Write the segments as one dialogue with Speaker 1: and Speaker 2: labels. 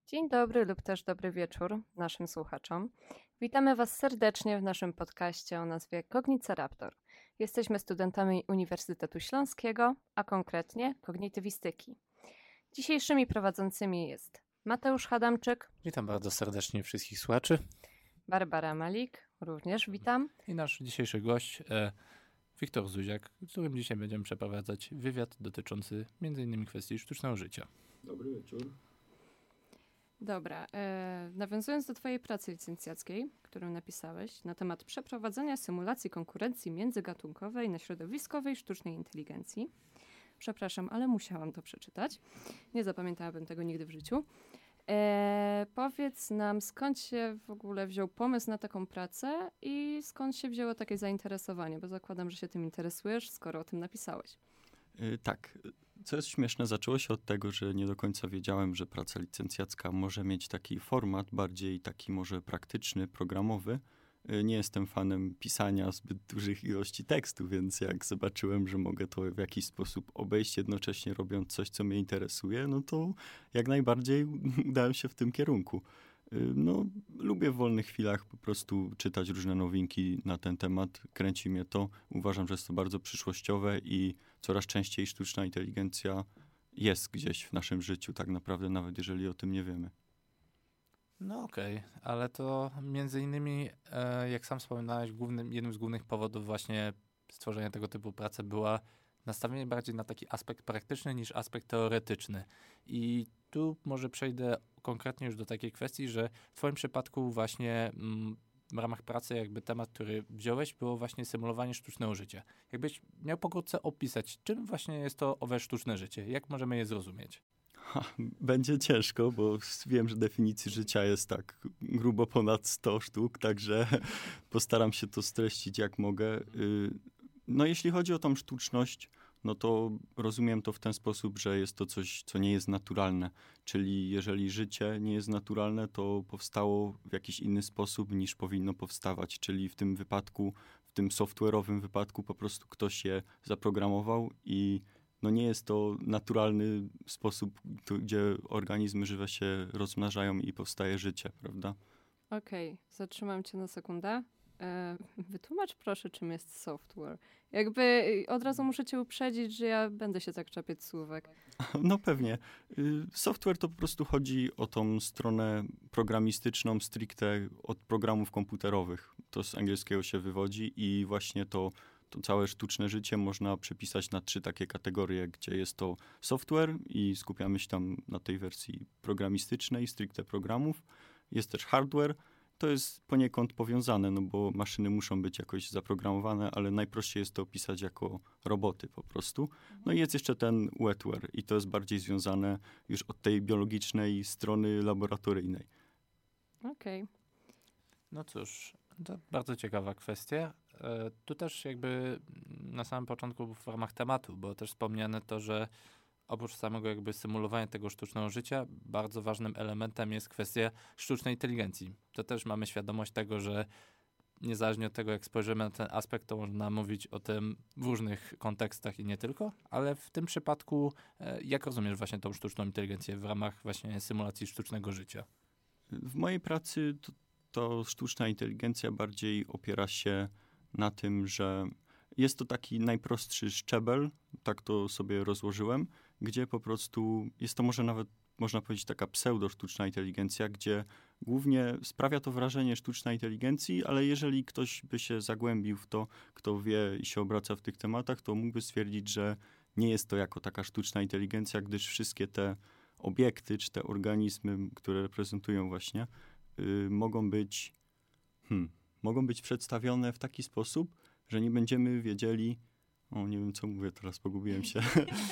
Speaker 1: Dzień dobry lub też dobry wieczór naszym słuchaczom. Witamy Was serdecznie w naszym podcaście o nazwie Kogniceraptor. Jesteśmy studentami Uniwersytetu Śląskiego, a konkretnie kognitywistyki. Dzisiejszymi prowadzącymi jest Mateusz Hadamczyk.
Speaker 2: Witam bardzo serdecznie wszystkich słuchaczy.
Speaker 1: Barbara Malik, również witam.
Speaker 2: I nasz dzisiejszy gość, Wiktor Zuziak, z którym dzisiaj będziemy przeprowadzać wywiad dotyczący m.in. kwestii sztucznego życia.
Speaker 3: Dobry wieczór.
Speaker 1: Dobra, nawiązując do Twojej pracy licencjackiej, którą napisałeś na temat przeprowadzenia symulacji konkurencji międzygatunkowej na środowiskowej sztucznej inteligencji. Przepraszam, ale musiałam to przeczytać. Nie zapamiętałabym tego nigdy w życiu. Powiedz nam, skąd się w ogóle wziął pomysł na taką pracę i skąd się wzięło takie zainteresowanie, bo zakładam, że się tym interesujesz, skoro o tym napisałeś.
Speaker 3: Tak, co jest śmieszne, zaczęło się od tego, że nie do końca wiedziałem, że praca licencjacka może mieć taki format, bardziej taki może praktyczny, programowy. Nie jestem fanem pisania zbyt dużych ilości tekstu, więc jak zobaczyłem, że mogę to w jakiś sposób obejść, jednocześnie robiąc coś, co mnie interesuje, no to jak najbardziej udałem się w tym kierunku. No, lubię w wolnych chwilach po prostu czytać różne nowinki na ten temat. Kręci mnie to. Uważam, że jest to bardzo przyszłościowe i coraz częściej sztuczna inteligencja jest gdzieś w naszym życiu tak naprawdę, nawet jeżeli o tym nie wiemy.
Speaker 2: No okej, ale to między innymi, jak sam wspominałeś, jednym z głównych powodów właśnie stworzenia tego typu pracy była nastawienie bardziej na taki aspekt praktyczny niż aspekt teoretyczny. I tu może przejdę konkretnie już do takiej kwestii, że w twoim przypadku właśnie w ramach pracy jakby temat, który wziąłeś, było właśnie symulowanie sztucznego życia. Jakbyś miał pokrótce opisać, czym właśnie jest to owe sztuczne życie? Jak możemy je zrozumieć?
Speaker 3: Będzie ciężko, bo wiem, że definicji życia jest tak grubo ponad 100 sztuk, także postaram się to streścić jak mogę. No jeśli chodzi o tą sztuczność, no to rozumiem to w ten sposób, że jest to coś, co nie jest naturalne. Czyli jeżeli życie nie jest naturalne, to powstało w jakiś inny sposób niż powinno powstawać. Czyli w tym wypadku, w tym software'owym wypadku po prostu ktoś je zaprogramował i no nie jest to naturalny sposób, gdzie organizmy żywe się rozmnażają i powstaje życie, prawda?
Speaker 1: Okej, zatrzymam cię na sekundę. Wytłumacz proszę, czym jest software. Jakby od razu muszę cię uprzedzić, że ja będę się tak czepiać słówek.
Speaker 3: No pewnie. Software to po prostu chodzi o tą stronę programistyczną stricte od programów komputerowych. To z angielskiego się wywodzi i właśnie to całe sztuczne życie można przepisać na 3 takie kategorie, gdzie jest to software i skupiamy się tam na tej wersji programistycznej, stricte programów. Jest też hardware. To jest poniekąd powiązane, no bo maszyny muszą być jakoś zaprogramowane, ale najprościej jest to opisać jako roboty po prostu. No i jest jeszcze ten wetware i to jest bardziej związane już od tej biologicznej strony laboratoryjnej.
Speaker 1: Okej.
Speaker 2: No cóż, to bardzo ciekawa kwestia. Tu też jakby na samym początku w ramach tematu było też wspomniane to, że oprócz samego jakby symulowania tego sztucznego życia, bardzo ważnym elementem jest kwestia sztucznej inteligencji. To też mamy świadomość tego, że niezależnie od tego, jak spojrzymy na ten aspekt, to można mówić o tym w różnych kontekstach i nie tylko, ale w tym przypadku jak rozumiesz właśnie tą sztuczną inteligencję w ramach właśnie symulacji sztucznego życia?
Speaker 3: W mojej pracy to sztuczna inteligencja bardziej opiera się na tym, że jest to taki najprostszy szczebel, tak to sobie rozłożyłem, gdzie po prostu jest to może nawet, można powiedzieć, taka pseudo-sztuczna inteligencja, gdzie głównie sprawia to wrażenie sztucznej inteligencji, ale jeżeli ktoś by się zagłębił w to, kto wie i się obraca w tych tematach, to mógłby stwierdzić, że nie jest to jako taka sztuczna inteligencja, gdyż wszystkie te obiekty, czy te organizmy, które reprezentują właśnie, mogą być przedstawione w taki sposób, że nie będziemy wiedzieli, nie wiem co mówię teraz, pogubiłem się.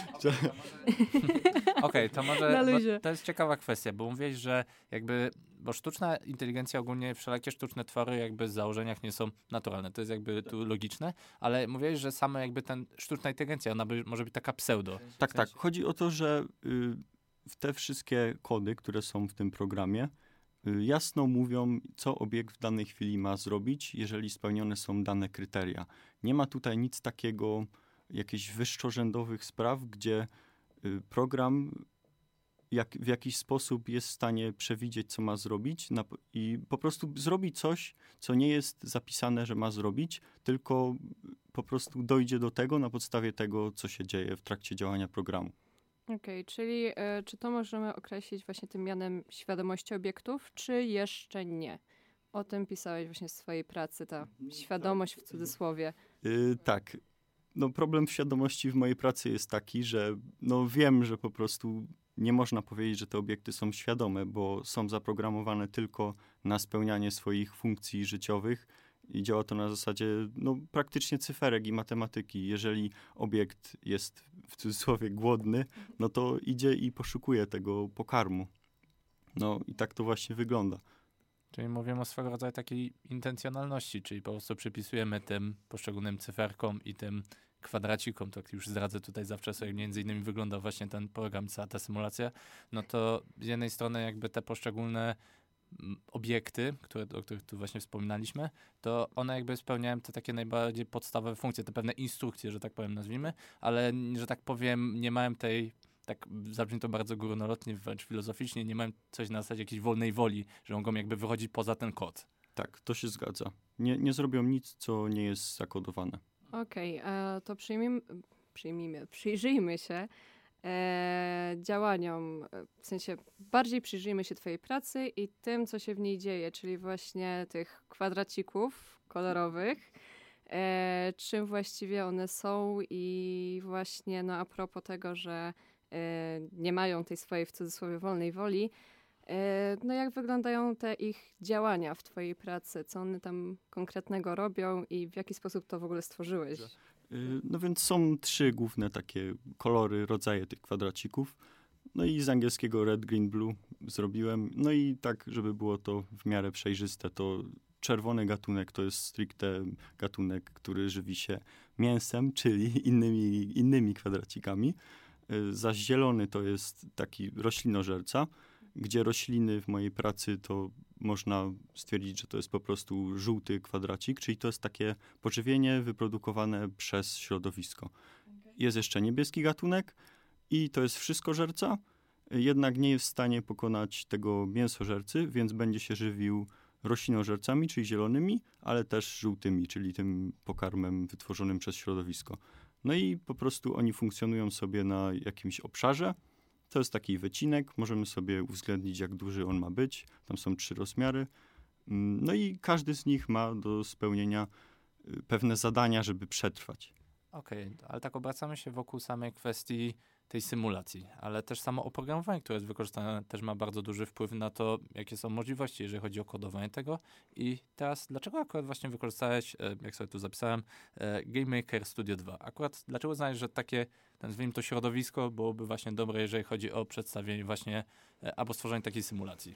Speaker 2: Okej, to może,
Speaker 1: Na luzie.
Speaker 2: to jest ciekawa kwestia, bo mówiłeś, że bo sztuczna inteligencja ogólnie, wszelakie sztuczne twory jakby z założeniach nie są naturalne, to jest jakby tu logiczne, ale mówiłeś, że sama jakby sztuczna inteligencja, ona może być taka pseudo.
Speaker 3: Tak. Chodzi o to, że w te wszystkie kody, które są w tym programie, jasno mówią, co obiekt w danej chwili ma zrobić, jeżeli spełnione są dane kryteria. Nie ma tutaj nic takiego, jakichś wyższorzędowych spraw, gdzie program w jakiś sposób jest w stanie przewidzieć, co ma zrobić i po prostu zrobi coś, co nie jest zapisane, że ma zrobić, tylko po prostu dojdzie do tego na podstawie tego, co się dzieje w trakcie działania programu.
Speaker 1: Okej, czyli czy to możemy określić właśnie tym mianem świadomości obiektów, czy jeszcze nie? O tym pisałeś właśnie w swojej pracy, ta świadomość w cudzysłowie.
Speaker 3: Tak. No, problem świadomości w mojej pracy jest taki, że wiem, że po prostu nie można powiedzieć, że te obiekty są świadome, bo są zaprogramowane tylko na spełnianie swoich funkcji życiowych i działa to na zasadzie praktycznie cyferek i matematyki. Jeżeli obiekt jest w cudzysłowie głodny, no to idzie i poszukuje tego pokarmu. No i tak to właśnie wygląda.
Speaker 2: Czyli mówimy o swego rodzaju takiej intencjonalności, czyli po prostu przypisujemy tym poszczególnym cyferkom i tym kwadracikom, to jak już zdradzę tutaj zawczasu, jak między innymi wygląda właśnie ten program, cała ta symulacja, no to z jednej strony jakby te poszczególne obiekty, o których tu właśnie wspominaliśmy, to one jakby spełniają te takie najbardziej podstawowe funkcje, te pewne instrukcje, że tak powiem, nazwijmy, ale, że tak powiem, nie mają tej, tak zabrzmi to bardzo górnolotnie, wręcz filozoficznie, nie mają coś na zasadzie jakiejś wolnej woli, że mogą jakby wychodzić poza ten kod.
Speaker 3: Tak, to się zgadza. Nie zrobią nic, co nie jest zakodowane.
Speaker 1: Okej, to przyjrzyjmy się działaniom, w sensie bardziej przyjrzyjmy się twojej pracy i tym, co się w niej dzieje, czyli właśnie tych kwadracików kolorowych, czym właściwie one są i właśnie a propos tego, że nie mają tej swojej w cudzysłowie wolnej woli, jak wyglądają te ich działania w twojej pracy, co one tam konkretnego robią i w jaki sposób to w ogóle stworzyłeś?
Speaker 3: No więc są 3 główne takie kolory, rodzaje tych kwadracików. No i z angielskiego red, green, blue zrobiłem. No i tak, żeby było to w miarę przejrzyste, to czerwony gatunek to jest stricte gatunek, który żywi się mięsem, czyli innymi kwadracikami. Zaś zielony to jest taki roślinożerca, gdzie rośliny w mojej pracy to można stwierdzić, że to jest po prostu żółty kwadracik, czyli to jest takie pożywienie wyprodukowane przez środowisko. Jest jeszcze niebieski gatunek i to jest wszystkożerca, jednak nie jest w stanie pokonać tego mięsożercy, więc będzie się żywił roślinożercami, czyli zielonymi, ale też żółtymi, czyli tym pokarmem wytworzonym przez środowisko. No i po prostu oni funkcjonują sobie na jakimś obszarze. To jest taki wycinek, możemy sobie uwzględnić, jak duży on ma być. Tam są 3 rozmiary. No i każdy z nich ma do spełnienia pewne zadania, żeby przetrwać.
Speaker 2: Okej, ale tak obracamy się wokół samej kwestii tej symulacji, ale też samo oprogramowanie, które jest wykorzystane, też ma bardzo duży wpływ na to, jakie są możliwości, jeżeli chodzi o kodowanie tego. I teraz, dlaczego akurat właśnie wykorzystałeś, jak sobie tu zapisałem, GameMaker Studio 2? Akurat dlaczego uznałeś, że takie, nazwijmy to środowisko, byłoby właśnie dobre, jeżeli chodzi o przedstawienie właśnie albo stworzenie takiej symulacji?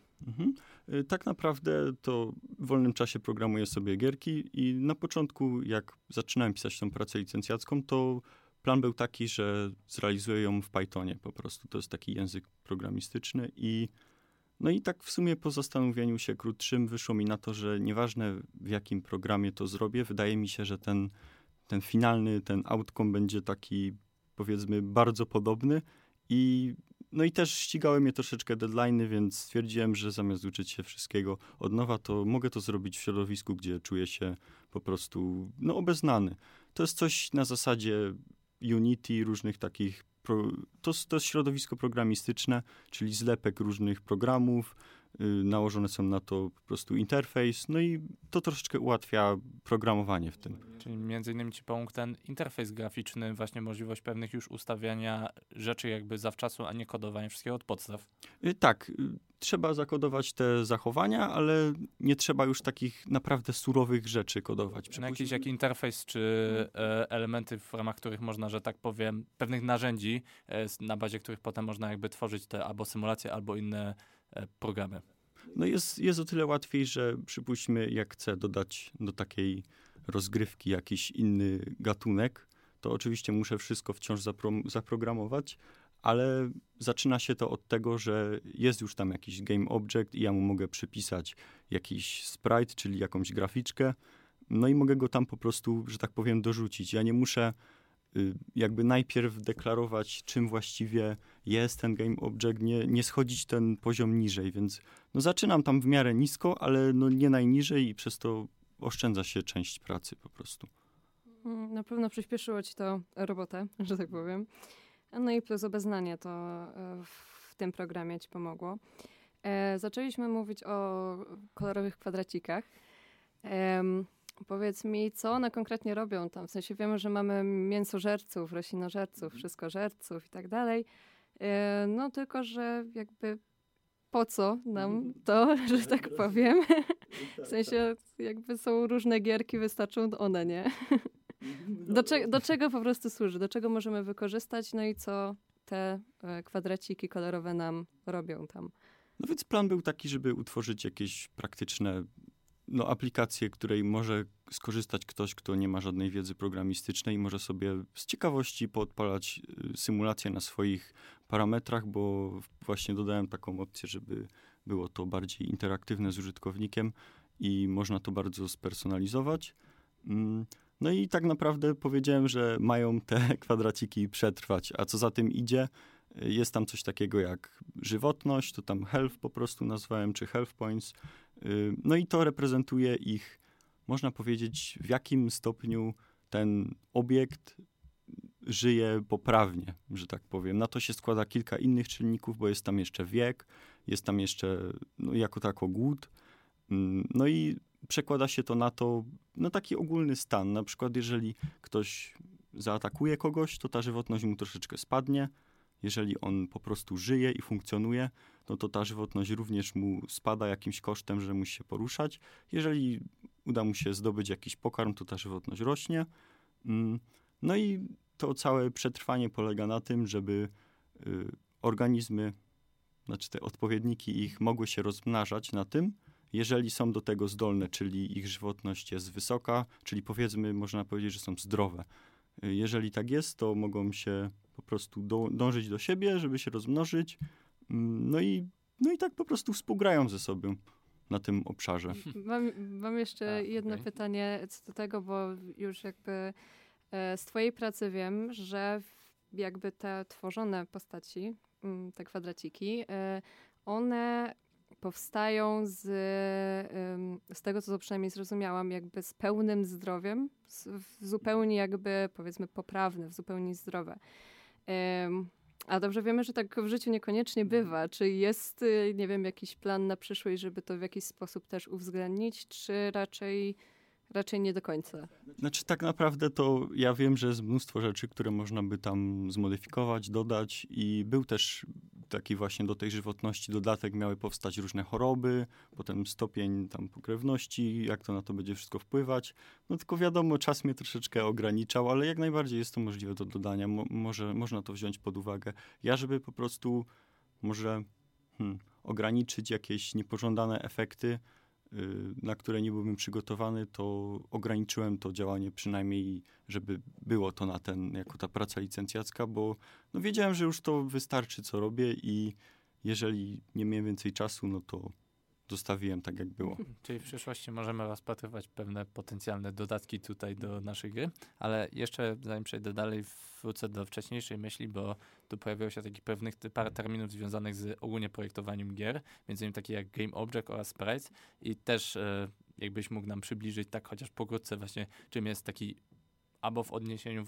Speaker 3: Tak naprawdę to w wolnym czasie programuję sobie gierki i na początku, jak zaczynałem pisać tą pracę licencjacką, to plan był taki, że zrealizuję ją w Pythonie po prostu. To jest taki język programistyczny i tak w sumie po zastanowieniu się krótszym wyszło mi na to, że nieważne w jakim programie to zrobię, wydaje mi się, że ten finalny, ten outcome będzie taki, powiedzmy, bardzo podobny i też ścigały mnie troszeczkę deadline'y, więc stwierdziłem, że zamiast uczyć się wszystkiego od nowa, to mogę to zrobić w środowisku, gdzie czuję się po prostu obeznany. To jest coś na zasadzie Unity, różnych takich, to jest środowisko programistyczne, czyli zlepek różnych programów, nałożone są na to po prostu interfejs, i to troszeczkę ułatwia programowanie w tym.
Speaker 2: Czyli między innymi ci pomógł ten interfejs graficzny, właśnie możliwość pewnych już ustawiania rzeczy jakby zawczasu, a nie kodowania wszystkiego od podstaw.
Speaker 3: Tak, trzeba zakodować te zachowania, ale nie trzeba już takich naprawdę surowych rzeczy kodować.
Speaker 2: Jakiś interfejs czy elementy, w ramach których można, że tak powiem, pewnych narzędzi, na bazie których potem można jakby tworzyć te albo symulacje, albo inne programy.
Speaker 3: Jest o tyle łatwiej, że przypuśćmy, jak chcę dodać do takiej rozgrywki jakiś inny gatunek, to oczywiście muszę wszystko wciąż zaprogramować, ale zaczyna się to od tego, że jest już tam jakiś game object i ja mu mogę przypisać jakiś sprite, czyli jakąś graficzkę, i mogę go tam po prostu, że tak powiem, dorzucić. Ja nie muszę jakby najpierw deklarować, czym właściwie jest ten game object, nie schodzić ten poziom niżej, więc no zaczynam tam w miarę nisko, ale no nie najniżej i przez to oszczędza się część pracy po prostu.
Speaker 1: Na pewno przyspieszyło ci to robotę, że tak powiem. No i plus obeznanie to w tym programie ci pomogło. Zaczęliśmy mówić o kolorowych kwadracikach. Powiedz mi, co one konkretnie robią tam? W sensie wiemy, że mamy mięsożerców, roślinożerców, wszystkożerców i tak dalej. No tylko, że jakby po co nam to, że tak powiem? W sensie jakby są różne gierki, wystarczą one, nie? Do czego po prostu służy? Do czego możemy wykorzystać? No i co te kwadraciki kolorowe nam robią tam?
Speaker 3: No więc plan był taki, żeby utworzyć jakieś praktyczne aplikacje, której może skorzystać ktoś, kto nie ma żadnej wiedzy programistycznej i może sobie z ciekawości poodpalać symulację na swoich parametrach, bo właśnie dodałem taką opcję, żeby było to bardziej interaktywne z użytkownikiem i można to bardzo spersonalizować. No i tak naprawdę powiedziałem, że mają te kwadraciki przetrwać, a co za tym idzie, jest tam coś takiego jak żywotność, to tam health po prostu nazwałem, czy health points. No i to reprezentuje ich, można powiedzieć, w jakim stopniu ten obiekt żyje poprawnie, że tak powiem. Na to się składa kilka innych czynników, bo jest tam jeszcze wiek, jest tam jeszcze jako tako głód. No i przekłada się to na to, taki ogólny stan. Na przykład jeżeli ktoś zaatakuje kogoś, to ta żywotność mu troszeczkę spadnie. Jeżeli on po prostu żyje i funkcjonuje, no to ta żywotność również mu spada jakimś kosztem, że musi się poruszać. Jeżeli uda mu się zdobyć jakiś pokarm, to ta żywotność rośnie. No i to całe przetrwanie polega na tym, żeby organizmy, znaczy te odpowiedniki ich mogły się rozmnażać na tym, jeżeli są do tego zdolne, czyli ich żywotność jest wysoka, czyli powiedzmy, można powiedzieć, że są zdrowe. Jeżeli tak jest, to mogą się po prostu dążyć do siebie, żeby się rozmnożyć. No i tak po prostu współgrają ze sobą na tym obszarze.
Speaker 1: Mam jeszcze jedno pytanie co do tego, bo już jakby z twojej pracy wiem, że jakby te tworzone postaci, te kwadraciki, one powstają z tego, co przynajmniej zrozumiałam, jakby z pełnym zdrowiem, zupełnie jakby powiedzmy poprawne, zupełnie zdrowe. A dobrze wiemy, że tak w życiu niekoniecznie bywa. Czy jest, nie wiem, jakiś plan na przyszłość, żeby to w jakiś sposób też uwzględnić, czy raczej nie do końca?
Speaker 3: Znaczy tak naprawdę to ja wiem, że jest mnóstwo rzeczy, które można by tam zmodyfikować, dodać i był też taki właśnie do tej żywotności dodatek, miały powstać różne choroby, potem stopień tam pokrewności, jak to na to będzie wszystko wpływać. No tylko wiadomo, czas mnie troszeczkę ograniczał, ale jak najbardziej jest to możliwe do dodania, można to wziąć pod uwagę. Ja, żeby po prostu może ograniczyć jakieś niepożądane efekty, na które nie byłbym przygotowany, to ograniczyłem to działanie przynajmniej, żeby było to jako ta praca licencjacka, bo wiedziałem, że już to wystarczy, co robię i jeżeli nie miałem więcej czasu, no to zostawiłem tak, jak było.
Speaker 2: Czyli w przyszłości możemy rozpatrywać pewne potencjalne dodatki tutaj do naszej gry, ale jeszcze zanim przejdę dalej, wrócę do wcześniejszej myśli, bo tu pojawiło się takich pewnych parę terminów związanych z ogólnie projektowaniem gier, między innymi takie jak Game Object oraz Sprites i też jakbyś mógł nam przybliżyć tak chociaż pokrótce właśnie, czym jest taki, albo w odniesieniu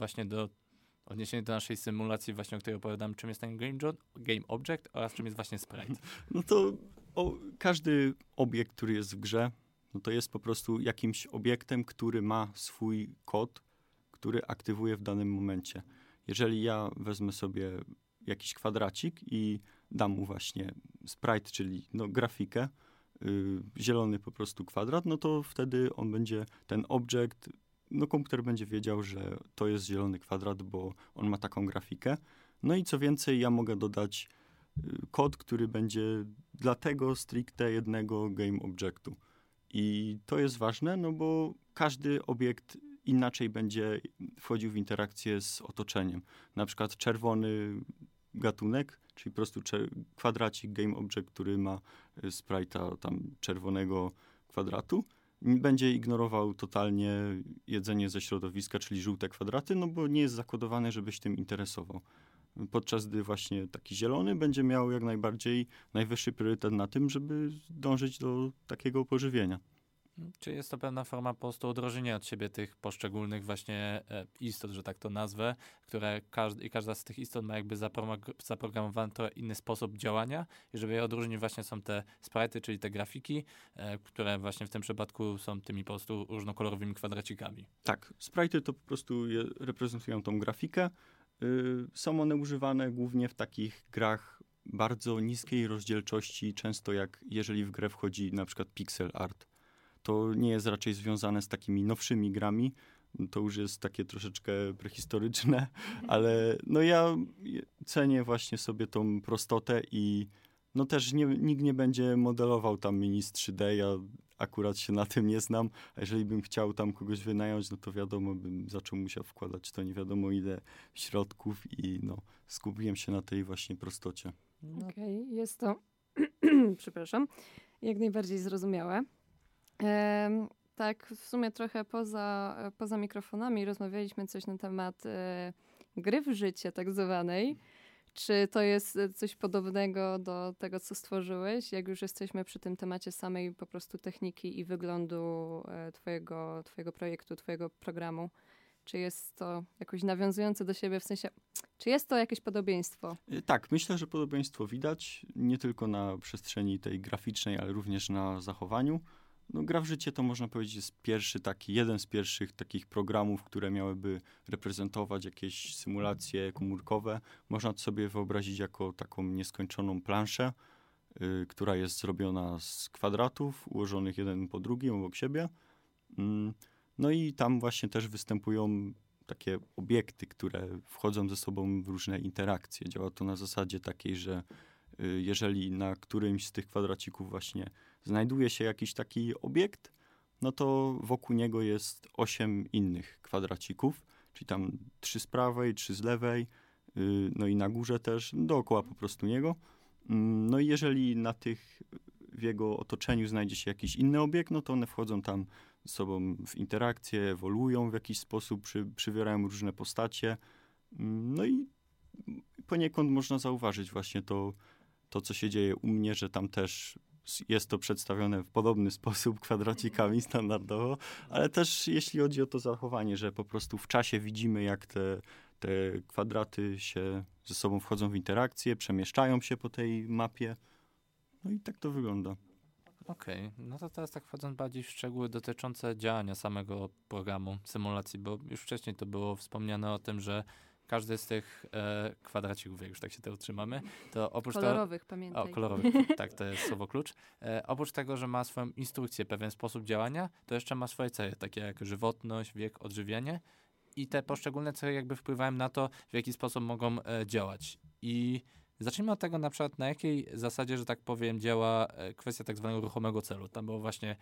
Speaker 2: do naszej symulacji właśnie, o której opowiadam, czym jest ten Game Object oraz czym jest właśnie Sprite.
Speaker 3: No to każdy obiekt, który jest w grze, no to jest po prostu jakimś obiektem, który ma swój kod, który aktywuje w danym momencie. Jeżeli ja wezmę sobie jakiś kwadracik i dam mu właśnie sprite, czyli grafikę, zielony po prostu kwadrat, no to wtedy on będzie, ten obiekt, komputer będzie wiedział, że to jest zielony kwadrat, bo on ma taką grafikę. No i co więcej, ja mogę dodać kod, który będzie dla tego stricte jednego game objectu. I to jest ważne, bo każdy obiekt inaczej będzie wchodził w interakcję z otoczeniem. Na przykład czerwony gatunek, czyli po prostu kwadracik game object, który ma sprite'a tam czerwonego kwadratu, będzie ignorował totalnie jedzenie ze środowiska, czyli żółte kwadraty, no bo nie jest zakodowane, żeby się tym interesował. Podczas gdy właśnie taki zielony będzie miał jak najbardziej najwyższy priorytet na tym, żeby dążyć do takiego pożywienia.
Speaker 2: Czy jest to pewna forma po prostu odróżnienia od siebie tych poszczególnych właśnie istot, że tak to nazwę, które każda z tych istot ma jakby zaprogramowany trochę inny sposób działania i żeby je odróżnić właśnie są te sprite'y, czyli te grafiki, które właśnie w tym przypadku są tymi po prostu różnokolorowymi kwadracikami.
Speaker 3: Tak, sprite'y to po prostu reprezentują tą grafikę. Są one używane głównie w takich grach bardzo niskiej rozdzielczości, często jeżeli w grę wchodzi na przykład pixel art. To nie jest raczej związane z takimi nowszymi grami, to już jest takie troszeczkę prehistoryczne, ale no ja cenię właśnie sobie tą prostotę i no też nikt nie będzie modelował tam mini z 3D, ja akurat się na tym nie znam, a jeżeli bym chciał tam kogoś wynająć, no to wiadomo, bym musiał wkładać to nie wiadomo ile środków i no skupiłem się na tej właśnie prostocie.
Speaker 2: No,
Speaker 1: Okej, jest to, przepraszam, jak najbardziej zrozumiałe. Tak, w sumie trochę poza mikrofonami rozmawialiśmy coś na temat gry w życie tak zwanej. Czy to jest coś podobnego do tego, co stworzyłeś? Jak już jesteśmy przy tym temacie samej po prostu techniki i wyglądu twojego projektu, twojego programu, czy jest to jakoś nawiązujące do siebie, w sensie, czy jest to jakieś podobieństwo?
Speaker 3: Tak, myślę, że podobieństwo widać nie tylko na przestrzeni tej graficznej, ale również na zachowaniu. No, gra w życie to można powiedzieć jest jeden z pierwszych takich programów, które miałyby reprezentować jakieś symulacje komórkowe. Można to sobie wyobrazić jako taką nieskończoną planszę, która jest zrobiona z kwadratów ułożonych jeden po drugim obok siebie. No i tam właśnie też występują takie obiekty, które wchodzą ze sobą w różne interakcje. Działa to na zasadzie takiej, że jeżeli na którymś z tych kwadracików właśnie znajduje się jakiś taki obiekt, no to wokół niego jest 8 innych kwadracików, czyli tam 3 z prawej, 3 z lewej, no i na górze też, dookoła po prostu niego. No i jeżeli w jego otoczeniu znajdzie się jakiś inny obiekt, no to one wchodzą tam ze sobą w interakcję, ewoluują w jakiś sposób, przybierają różne postacie. No i poniekąd można zauważyć właśnie to, co się dzieje u mnie, że tam też jest to przedstawione w podobny sposób kwadracikami standardowo, ale też jeśli chodzi o to zachowanie, że po prostu w czasie widzimy, jak te kwadraty się ze sobą wchodzą w interakcję, przemieszczają się po tej mapie. No i tak to wygląda.
Speaker 2: Okej, no to teraz tak wchodząc bardziej w szczegóły dotyczące działania samego programu symulacji, bo już wcześniej to było wspomniane o tym, że każdy z tych kwadracików, jak już tak się to utrzymamy, to oprócz
Speaker 1: Kolorowych, pamiętaj.
Speaker 2: kolorowych, tak, to jest słowo klucz. Oprócz tego, że ma swoją instrukcję, pewien sposób działania, to jeszcze ma swoje cechy, takie jak żywotność, wiek, odżywienie i te poszczególne cechy jakby wpływają na to, w jaki sposób mogą działać. I zacznijmy od tego na przykład, na jakiej zasadzie, że tak powiem, działa kwestia tak zwanego ruchomego celu. Tam było właśnie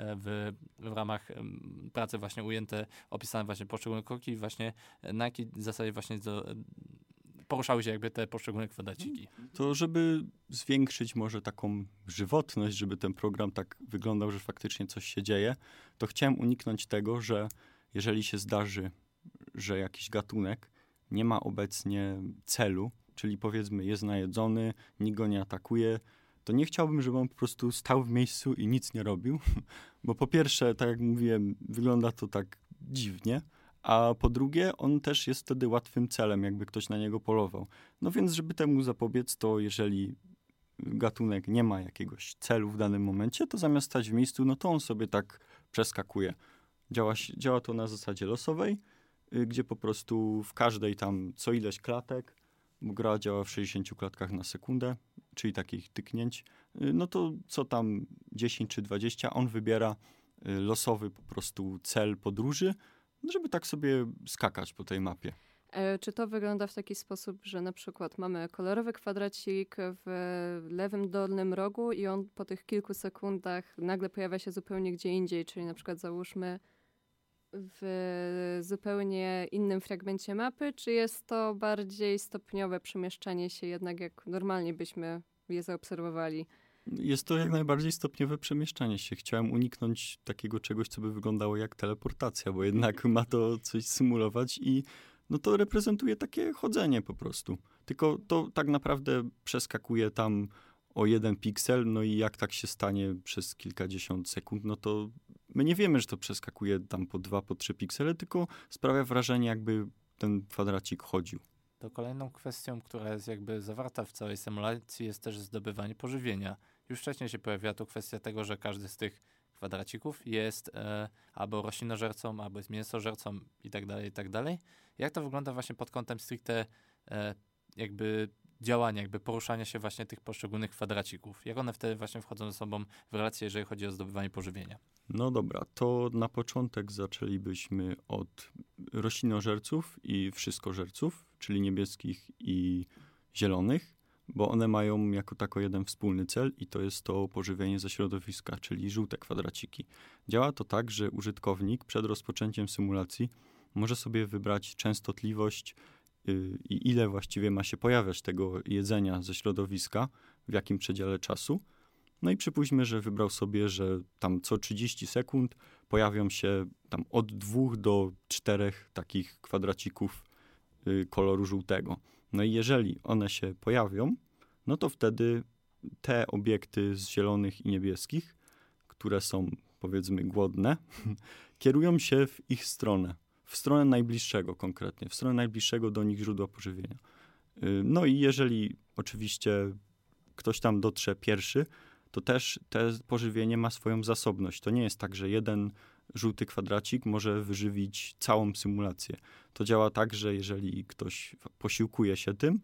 Speaker 2: w ramach pracy właśnie ujęte, opisane właśnie poszczególne kroki i właśnie na jakiej zasadzie właśnie poruszały się jakby te poszczególne kwadraciki.
Speaker 3: To żeby zwiększyć może taką żywotność, żeby ten program tak wyglądał, że faktycznie coś się dzieje, to chciałem uniknąć tego, że jeżeli się zdarzy, że jakiś gatunek nie ma obecnie celu, czyli powiedzmy jest najedzony, nikt go nie atakuje, to nie chciałbym, żeby on po prostu stał w miejscu i nic nie robił, bo po pierwsze, tak jak mówiłem, wygląda to tak dziwnie, a po drugie, on też jest wtedy łatwym celem, jakby ktoś na niego polował. No więc, żeby temu zapobiec, to jeżeli gatunek nie ma jakiegoś celu w danym momencie, to zamiast stać w miejscu, no to on sobie tak przeskakuje. Działa to na zasadzie losowej, gdzie po prostu w każdej tam co ileś klatek, bo gra działa w 60 klatkach na sekundę, czyli takich tyknięć, no to co tam 10 czy 20, on wybiera losowy po prostu cel podróży, żeby tak sobie skakać po tej mapie.
Speaker 1: Czy to wygląda w taki sposób, że na przykład mamy kolorowy kwadracik w lewym dolnym rogu i on po tych kilku sekundach nagle pojawia się zupełnie gdzie indziej, czyli na przykład załóżmy w zupełnie innym fragmencie mapy, czy jest to bardziej stopniowe przemieszczanie się jednak jak normalnie byśmy je zaobserwowali?
Speaker 3: Jest to jak najbardziej stopniowe przemieszczanie się. Chciałem uniknąć takiego czegoś, co by wyglądało jak teleportacja, bo jednak ma to coś symulować i no to reprezentuje takie chodzenie po prostu. Tylko to tak naprawdę przeskakuje tam o 1 piksel, no i jak tak się stanie przez kilkadziesiąt sekund, no to my nie wiemy, że to przeskakuje tam po 2, po 3 piksele, tylko sprawia wrażenie, jakby ten kwadracik chodził.
Speaker 2: To kolejną kwestią, która jest jakby zawarta w całej symulacji, jest też zdobywanie pożywienia. Już wcześniej się pojawiła tu kwestia tego, że każdy z tych kwadracików jest albo roślinożercą, albo jest mięsożercą i tak dalej, i tak dalej. Jak to wygląda właśnie pod kątem stricte jakby działania, jakby poruszania się właśnie tych poszczególnych kwadracików? Jak one wtedy właśnie wchodzą ze sobą w relacje, jeżeli chodzi o zdobywanie pożywienia?
Speaker 3: No dobra, to na początek zaczęlibyśmy od roślinożerców i wszystkożerców, czyli niebieskich i zielonych, bo one mają jako tako jeden wspólny cel i to jest to pożywienie ze środowiska, czyli żółte kwadraciki. Działa to tak, że użytkownik przed rozpoczęciem symulacji może sobie wybrać częstotliwość i ile właściwie ma się pojawiać tego jedzenia ze środowiska, w jakim przedziale czasu. No i przypuśćmy, że wybrał sobie, że tam co 30 sekund pojawią się tam od 2 do 4 takich kwadracików koloru żółtego. No i jeżeli one się pojawią, no to wtedy te obiekty z zielonych i niebieskich, które są powiedzmy głodne, kierują się w ich stronę. W stronę najbliższego konkretnie, w stronę najbliższego do nich źródła pożywienia. No i jeżeli oczywiście ktoś tam dotrze pierwszy, to też te pożywienie ma swoją zasobność. To nie jest tak, że jeden żółty kwadracik może wyżywić całą symulację. To działa tak, że jeżeli ktoś posiłkuje się tym,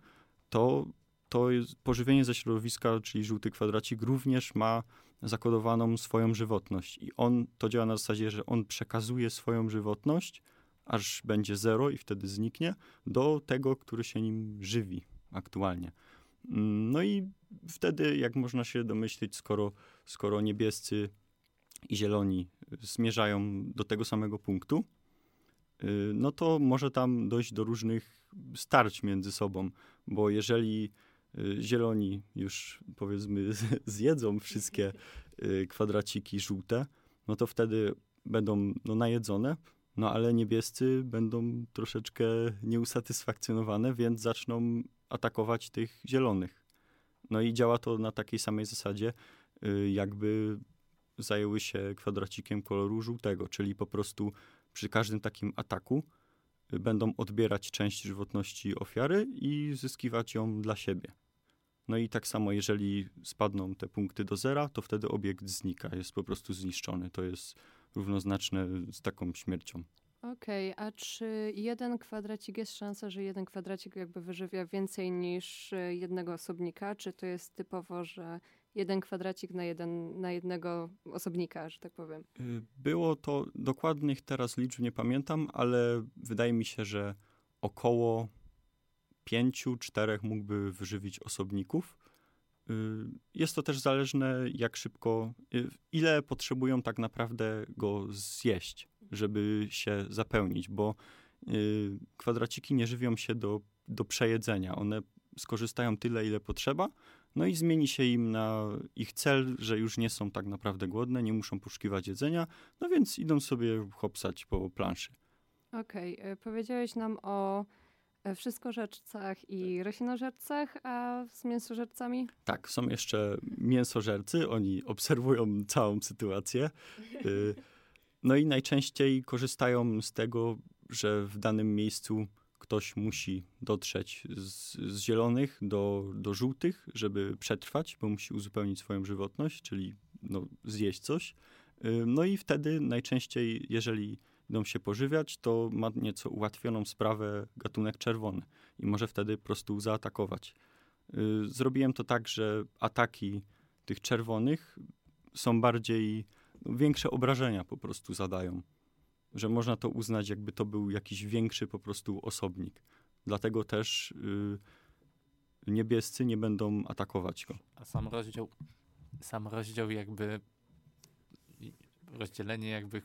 Speaker 3: to pożywienie ze środowiska, czyli żółty kwadracik, również ma zakodowaną swoją żywotność. I to działa na zasadzie, że on przekazuje swoją żywotność, aż będzie 0 i wtedy zniknie, do tego, który się nim żywi aktualnie. No i wtedy, jak można się domyślić, skoro niebiescy i zieloni zmierzają do tego samego punktu, no to może tam dojść do różnych starć między sobą, bo jeżeli zieloni już powiedzmy zjedzą wszystkie kwadraciki żółte, no to wtedy będą najedzone, no ale niebiescy będą troszeczkę nieusatysfakcjonowane, więc zaczną atakować tych zielonych. No i działa to na takiej samej zasadzie, jakby zajęły się kwadracikiem koloru żółtego, czyli po prostu przy każdym takim ataku będą odbierać część żywotności ofiary i zyskiwać ją dla siebie. No i tak samo, jeżeli spadną te punkty do 0, to wtedy obiekt znika, jest po prostu zniszczony. To jest równoznaczne z taką śmiercią.
Speaker 1: Okej, a czy jeden kwadracik, jest szansa, że jeden kwadracik jakby wyżywia więcej niż jednego osobnika? Czy to jest typowo, że jeden kwadracik na jednego osobnika, że tak powiem?
Speaker 3: Było to, dokładnych teraz liczb nie pamiętam, ale wydaje mi się, że około 5-4 mógłby wyżywić osobników. Jest to też zależne, jak szybko, ile potrzebują tak naprawdę go zjeść, żeby się zapełnić, bo kwadraciki nie żywią się do przejedzenia. One skorzystają tyle, ile potrzeba, no i zmieni się im na ich cel, że już nie są tak naprawdę głodne, nie muszą poszukiwać jedzenia, no więc idą sobie hopsać po planszy.
Speaker 1: Okej, powiedziałeś nam o wszystkożercach i roślinożercach, a z mięsożercami?
Speaker 3: Tak, są jeszcze mięsożercy, oni obserwują całą sytuację. No i najczęściej korzystają z tego, że w danym miejscu ktoś musi dotrzeć z zielonych do żółtych, żeby przetrwać, bo musi uzupełnić swoją żywotność, czyli zjeść coś. No i wtedy najczęściej, jeżeli idą się pożywiać, to ma nieco ułatwioną sprawę gatunek czerwony i może wtedy po prostu zaatakować. Zrobiłem to tak, że ataki tych czerwonych są bardziej, większe obrażenia po prostu zadają. Że można to uznać, jakby to był jakiś większy po prostu osobnik. Dlatego też niebiescy nie będą atakować go.
Speaker 2: A sam rozdział jakby, rozdzielenie jakby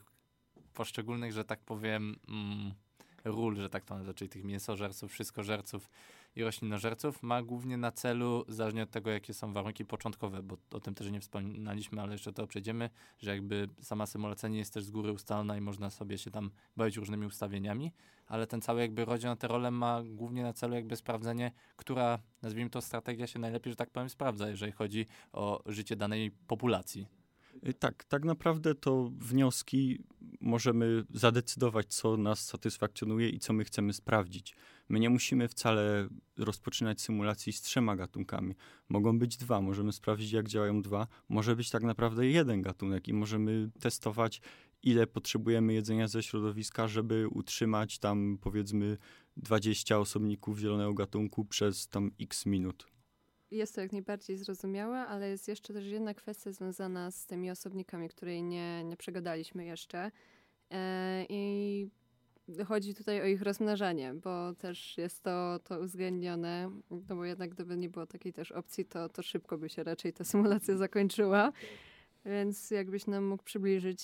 Speaker 2: poszczególnych, że tak powiem, ról, że tak to nazwę, czyli tych mięsożerców, wszystkożerców, i roślinożerców ma głównie na celu, zależnie od tego, jakie są warunki początkowe, bo o tym też nie wspominaliśmy, ale jeszcze to przejdziemy, że jakby sama symulacja nie jest też z góry ustalona i można sobie się tam bawić różnymi ustawieniami, ale ten cały jakby rozdział na te role ma głównie na celu jakby sprawdzenie, która, nazwijmy to, strategia się najlepiej, że tak powiem, sprawdza, jeżeli chodzi o życie danej populacji.
Speaker 3: Tak naprawdę to wnioski możemy zadecydować, co nas satysfakcjonuje i co my chcemy sprawdzić. My nie musimy wcale rozpoczynać symulacji z 3 gatunkami. Mogą być 2, możemy sprawdzić, jak działają 2. Może być tak naprawdę 1 gatunek i możemy testować, ile potrzebujemy jedzenia ze środowiska, żeby utrzymać tam, powiedzmy, 20 osobników zielonego gatunku przez tam x minut.
Speaker 1: Jest to jak najbardziej zrozumiałe, ale jest jeszcze też jedna kwestia związana z tymi osobnikami, której nie przegadaliśmy jeszcze. I chodzi tutaj o ich rozmnażanie, bo też jest to uwzględnione, no bo jednak gdyby nie było takiej też opcji, to szybko by się raczej ta symulacja zakończyła. Więc jakbyś nam mógł przybliżyć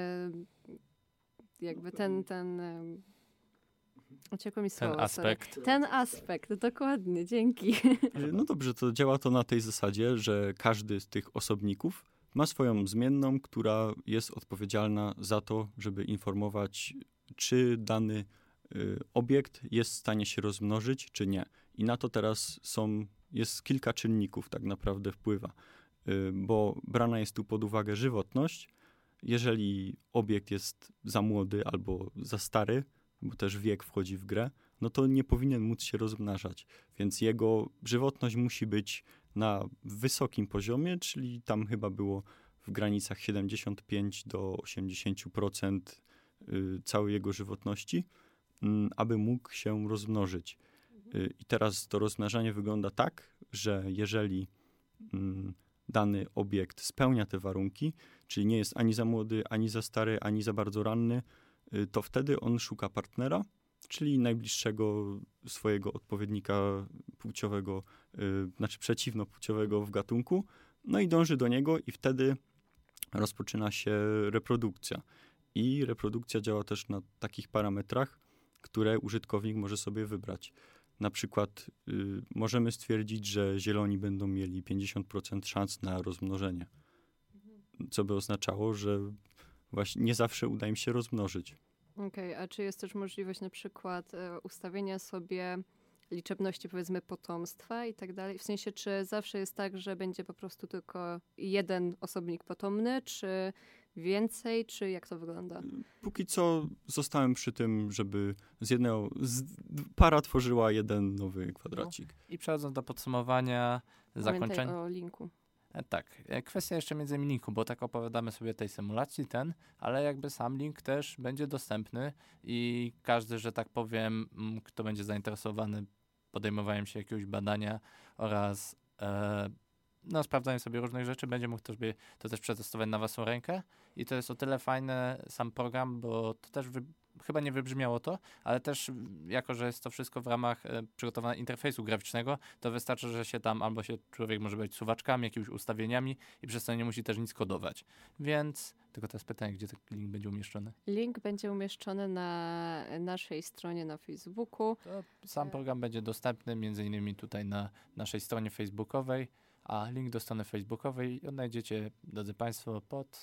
Speaker 1: jakby ten uciekło mi słowo.
Speaker 2: Aspekt.
Speaker 1: Ten aspekt, dokładnie, dzięki.
Speaker 3: No dobrze, to działa to na tej zasadzie, że każdy z tych osobników ma swoją zmienną, która jest odpowiedzialna za to, żeby informować, czy dany obiekt jest w stanie się rozmnożyć, czy nie. I na to teraz jest kilka czynników tak naprawdę wpływa, bo brana jest tu pod uwagę żywotność. Jeżeli obiekt jest za młody albo za stary, bo też wiek wchodzi w grę, no to nie powinien móc się rozmnażać. Więc jego żywotność musi być na wysokim poziomie, czyli tam chyba było w granicach 75 do 80% całej jego żywotności, aby mógł się rozmnożyć. I teraz to rozmnażanie wygląda tak, że jeżeli dany obiekt spełnia te warunki, czyli nie jest ani za młody, ani za stary, ani za bardzo ranny, to wtedy on szuka partnera, czyli najbliższego swojego odpowiednika płciowego, znaczy przeciwnopłciowego w gatunku, no i dąży do niego i wtedy rozpoczyna się reprodukcja. I reprodukcja działa też na takich parametrach, które użytkownik może sobie wybrać. Na przykład możemy stwierdzić, że zieloni będą mieli 50% szans na rozmnożenie, co by oznaczało, że właśnie nie zawsze uda im się rozmnożyć.
Speaker 1: Okej, a czy jest też możliwość na przykład ustawienia sobie liczebności, powiedzmy, potomstwa i tak dalej? W sensie, czy zawsze jest tak, że będzie po prostu tylko jeden osobnik potomny, czy więcej, czy jak to wygląda?
Speaker 3: Póki co zostałem przy tym, żeby para tworzyła jeden nowy kwadracik.
Speaker 2: I przechodząc do podsumowania, zakończenia.
Speaker 1: Pamiętaj o linku.
Speaker 2: Tak, kwestia jeszcze między innymi linku, bo tak opowiadamy sobie o tej symulacji, ale jakby sam link też będzie dostępny i każdy, że tak powiem, kto będzie zainteresowany podejmowaniem się jakiegoś badania oraz sprawdzaniem sobie różnych rzeczy, będzie mógł to też przetestować na własną rękę i to jest o tyle fajny sam program, bo to też chyba nie wybrzmiało to, ale też jako, że jest to wszystko w ramach przygotowania interfejsu graficznego, to wystarczy, że się tam albo się człowiek może być suwaczkami, jakimiś ustawieniami i przez to nie musi też nic kodować. Więc tylko teraz pytanie, gdzie ten link będzie umieszczony?
Speaker 1: Link będzie umieszczony na naszej stronie na Facebooku.
Speaker 2: To sam program będzie dostępny między innymi tutaj na naszej stronie facebookowej, a link do strony facebookowej odnajdziecie, drodzy Państwo,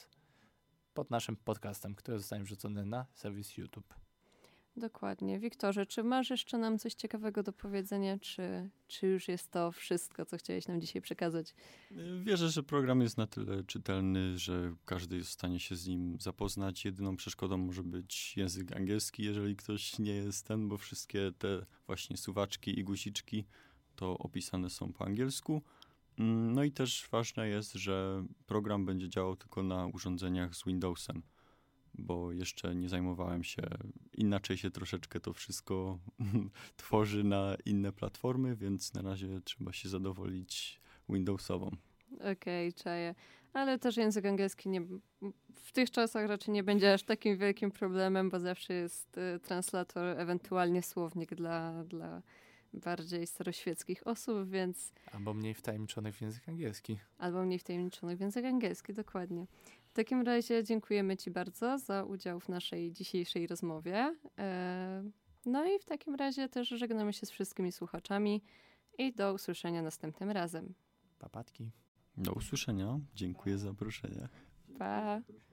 Speaker 2: pod naszym podcastem, który zostanie wrzucony na serwis YouTube.
Speaker 1: Dokładnie. Wiktorze, czy masz jeszcze nam coś ciekawego do powiedzenia, czy już jest to wszystko, co chciałeś nam dzisiaj przekazać?
Speaker 3: Wierzę, że program jest na tyle czytelny, że każdy jest w stanie się z nim zapoznać. Jedyną przeszkodą może być język angielski, jeżeli ktoś nie jest bo wszystkie te właśnie suwaczki i guziczki to opisane są po angielsku. No i też ważne jest, że program będzie działał tylko na urządzeniach z Windowsem, bo jeszcze nie zajmowałem się, inaczej się troszeczkę to wszystko tworzy na inne platformy, więc na razie trzeba się zadowolić Windowsową.
Speaker 1: Okej, czaję. Ale też język angielski w tych czasach raczej nie będzie aż takim wielkim problemem, bo zawsze jest translator, ewentualnie słownik dla bardziej staroświeckich osób, więc...
Speaker 2: Albo mniej wtajemniczonych w język angielski.
Speaker 1: Albo mniej wtajemniczonych w język angielski, dokładnie. W takim razie dziękujemy Ci bardzo za udział w naszej dzisiejszej rozmowie. No i w takim razie też żegnamy się z wszystkimi słuchaczami i do usłyszenia następnym razem.
Speaker 2: Papatki.
Speaker 3: Do usłyszenia. Dziękuję za zaproszenie.
Speaker 1: Pa!